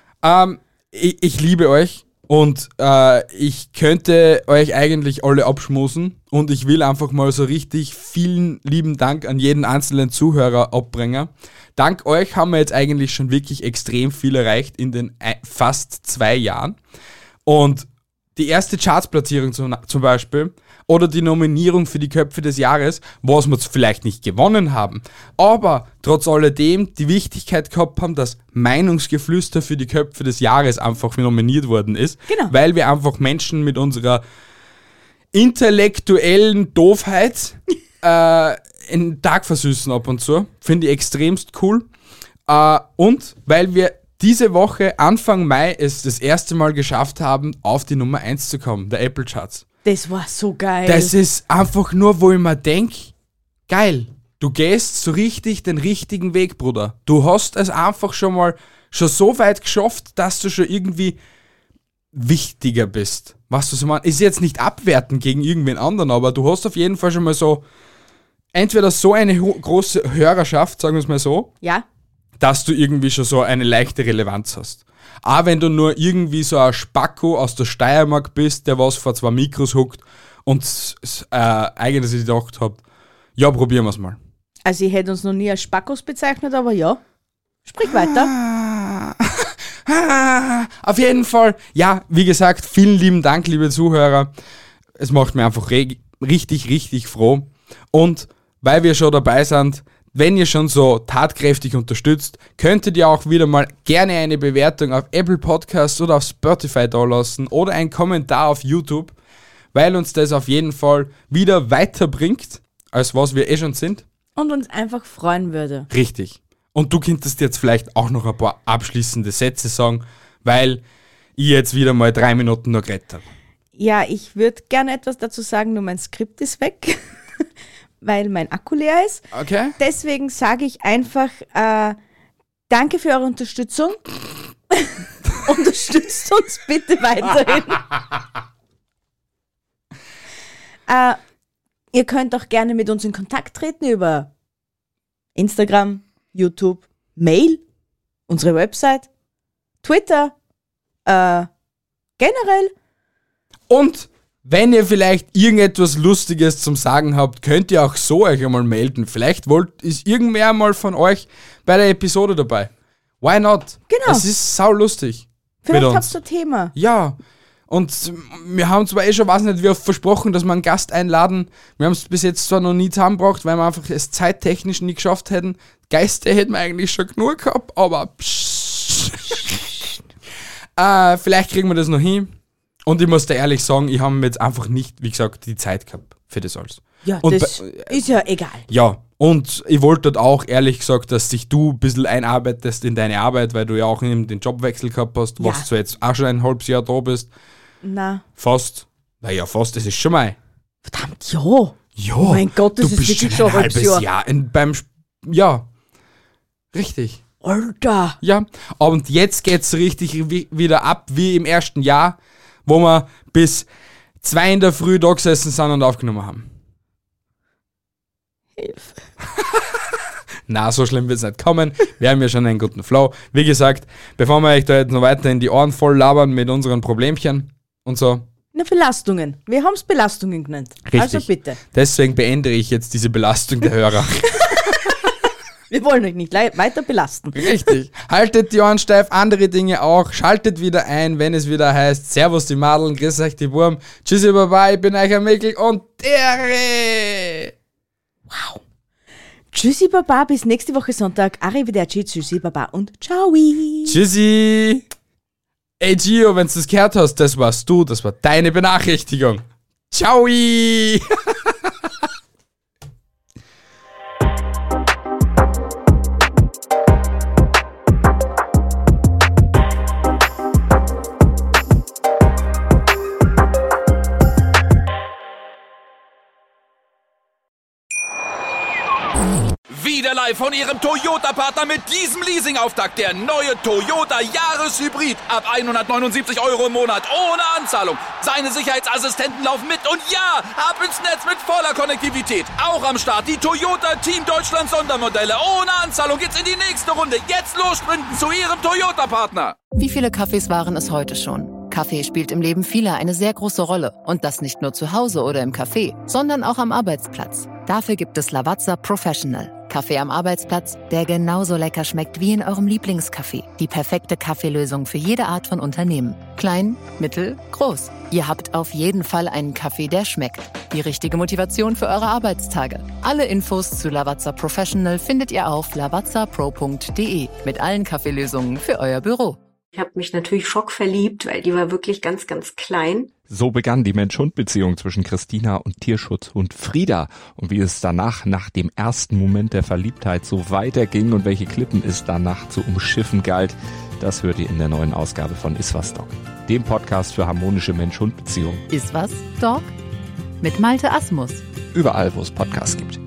Speaker 1: Ich liebe euch und ich könnte euch eigentlich alle abschmusen und ich will einfach mal so richtig vielen lieben Dank an jeden einzelnen Zuhörer abbringen. Dank euch haben wir jetzt eigentlich schon wirklich extrem viel erreicht in den fast 2 Jahren. Und die erste Chartsplatzierung zum Beispiel oder die Nominierung für die Köpfe des Jahres, was wir vielleicht nicht gewonnen haben, aber trotz alledem die Wichtigkeit gehabt haben, dass Meinungsgeflüster für die Köpfe des Jahres einfach nominiert worden ist,
Speaker 2: Genau.
Speaker 1: weil wir einfach Menschen mit unserer intellektuellen Doofheit den Tag versüßen ab und zu. Finde ich extremst cool. Und weil wir diese Woche, Anfang Mai, es das erste Mal geschafft haben, auf die Nummer 1 zu kommen, der Apple Charts.
Speaker 2: Das war so geil.
Speaker 1: Das ist einfach nur, wo ich mir denke, geil, du gehst so richtig den richtigen Weg, Bruder. Du hast es einfach schon so weit geschafft, dass du schon irgendwie wichtiger bist. Was du so meinst, ist jetzt nicht abwertend gegen irgendwen anderen, aber du hast auf jeden Fall schon mal so entweder so eine große Hörerschaft, sagen wir es mal so,
Speaker 2: ja.
Speaker 1: dass du irgendwie schon so eine leichte Relevanz hast. Auch wenn du nur irgendwie so ein Spacko aus der Steiermark bist, der was vor 2 Mikros huckt und eigentlich sich gedacht hat, ja, probieren wir es mal.
Speaker 2: Also ich hätte uns noch nie als Spackos bezeichnet, aber ja. Sprich weiter.
Speaker 1: Auf jeden Fall, ja, wie gesagt, vielen lieben Dank, liebe Zuhörer. Es macht mir einfach richtig, richtig froh. Und weil wir schon dabei sind, wenn ihr schon so tatkräftig unterstützt, könntet ihr auch wieder mal gerne eine Bewertung auf Apple Podcasts oder auf Spotify da lassen oder einen Kommentar auf YouTube, weil uns das auf jeden Fall wieder weiterbringt, als was wir schon sind.
Speaker 2: Und uns einfach freuen würde.
Speaker 1: Richtig. Und du könntest jetzt vielleicht auch noch ein paar abschließende Sätze sagen, weil ich jetzt wieder mal 3 Minuten noch geredet habe.
Speaker 2: Ja, ich würde gerne etwas dazu sagen, nur mein Skript ist weg, weil mein Akku leer ist.
Speaker 1: Okay.
Speaker 2: Deswegen sage ich einfach, danke für eure Unterstützung. Unterstützt uns bitte weiterhin. Ihr könnt auch gerne mit uns in Kontakt treten über Instagram, YouTube, Mail, unsere Website, Twitter, generell.
Speaker 1: Und wenn ihr vielleicht irgendetwas Lustiges zum Sagen habt, könnt ihr auch so euch einmal melden. Vielleicht ist irgendwer mal von euch bei der Episode dabei. Why not?
Speaker 2: Genau.
Speaker 1: Es ist sau lustig.
Speaker 2: Vielleicht habt ihr ein Thema.
Speaker 1: Ja. Und wir haben zwar schon, weiß nicht, wie oft versprochen, dass wir einen Gast einladen. Wir haben es bis jetzt zwar noch nie zusammengebracht, weil wir einfach es zeittechnisch nie geschafft hätten. Geister hätten wir eigentlich schon genug gehabt, aber vielleicht kriegen wir das noch hin. Und ich muss dir ehrlich sagen, ich habe jetzt einfach nicht, wie gesagt, die Zeit gehabt für das alles.
Speaker 2: Ja,
Speaker 1: und
Speaker 2: das ist ja egal.
Speaker 1: Ja, Und ich wollte dort auch, ehrlich gesagt, dass dich du ein bisschen einarbeitest in deine Arbeit, weil du ja auch den Jobwechsel gehabt hast, was du jetzt auch schon ein halbes Jahr da bist.
Speaker 2: Na.
Speaker 1: Fast. Naja, fast, das ist schon mal.
Speaker 2: Verdammt, ja.
Speaker 1: Ja.
Speaker 2: Oh mein Gott, das
Speaker 1: du
Speaker 2: ist
Speaker 1: bist
Speaker 2: wirklich
Speaker 1: schon
Speaker 2: schon ein halbes
Speaker 1: Jahr. Ja. Richtig.
Speaker 2: Alter.
Speaker 1: Ja. Und jetzt geht's richtig wieder ab, wie im ersten Jahr, wo wir bis 2 in der Früh da gesessen sind und aufgenommen haben.
Speaker 2: Hilfe.
Speaker 1: Na, so schlimm wird es nicht kommen. Wir haben ja schon einen guten Flow. Wie gesagt, bevor wir euch da jetzt noch weiter in die Ohren voll labern mit unseren Problemchen und so.
Speaker 2: Na, Belastungen. Wir haben es Belastungen genannt.
Speaker 1: Richtig.
Speaker 2: Also bitte.
Speaker 1: Deswegen beende ich jetzt diese Belastung der Hörer.
Speaker 2: Wir wollen euch nicht weiter belasten.
Speaker 1: Richtig. Haltet die Ohren steif, andere Dinge auch. Schaltet wieder ein, wenn es wieder heißt Servus die Madeln, grüß euch die Wurm. Tschüssi, Baba, ich bin euer Mikl und Dere.
Speaker 2: Wow. Tschüssi, Baba, bis nächste Woche Sonntag. Arrivederci, tschüssi, Baba und ciao.
Speaker 1: Tschüssi. Ey, Gio, wenn du das gehört hast, das warst du, das war deine Benachrichtigung. Ciao.
Speaker 3: Wieder live von Ihrem Toyota-Partner mit diesem Leasing-Auftakt. Der neue Toyota Jahreshybrid. Ab 179 € im Monat. Ohne Anzahlung. Seine Sicherheitsassistenten laufen mit. Und ja, ab ins Netz mit voller Konnektivität. Auch am Start die Toyota Team Deutschland Sondermodelle. Ohne Anzahlung geht's in die nächste Runde. Jetzt los sprinten zu Ihrem Toyota-Partner.
Speaker 4: Wie viele Kaffees waren es heute schon? Kaffee spielt im Leben vieler eine sehr große Rolle. Und das nicht nur zu Hause oder im Café, sondern auch am Arbeitsplatz. Dafür gibt es Lavazza Professional. Kaffee am Arbeitsplatz, der genauso lecker schmeckt wie in eurem Lieblingscafé. Die perfekte Kaffeelösung für jede Art von Unternehmen. Klein, mittel, groß. Ihr habt auf jeden Fall einen Kaffee, der schmeckt. Die richtige Motivation für eure Arbeitstage. Alle Infos zu Lavazza Professional findet ihr auf lavazzapro.de mit allen Kaffeelösungen für euer Büro.
Speaker 5: Ich habe mich natürlich schockverliebt, weil die war wirklich ganz, ganz klein.
Speaker 6: So begann die Mensch-Hund-Beziehung zwischen Christina und Tierschutzhund Frieda. Und wie es danach, nach dem ersten Moment der Verliebtheit, so weiterging und welche Klippen es danach zu umschiffen galt, das hört ihr in der neuen Ausgabe von Iswas Dog, dem Podcast für harmonische Mensch-Hund-Beziehungen.
Speaker 4: Iswas Dog? Mit Malte Asmus.
Speaker 6: Überall, wo es Podcasts gibt.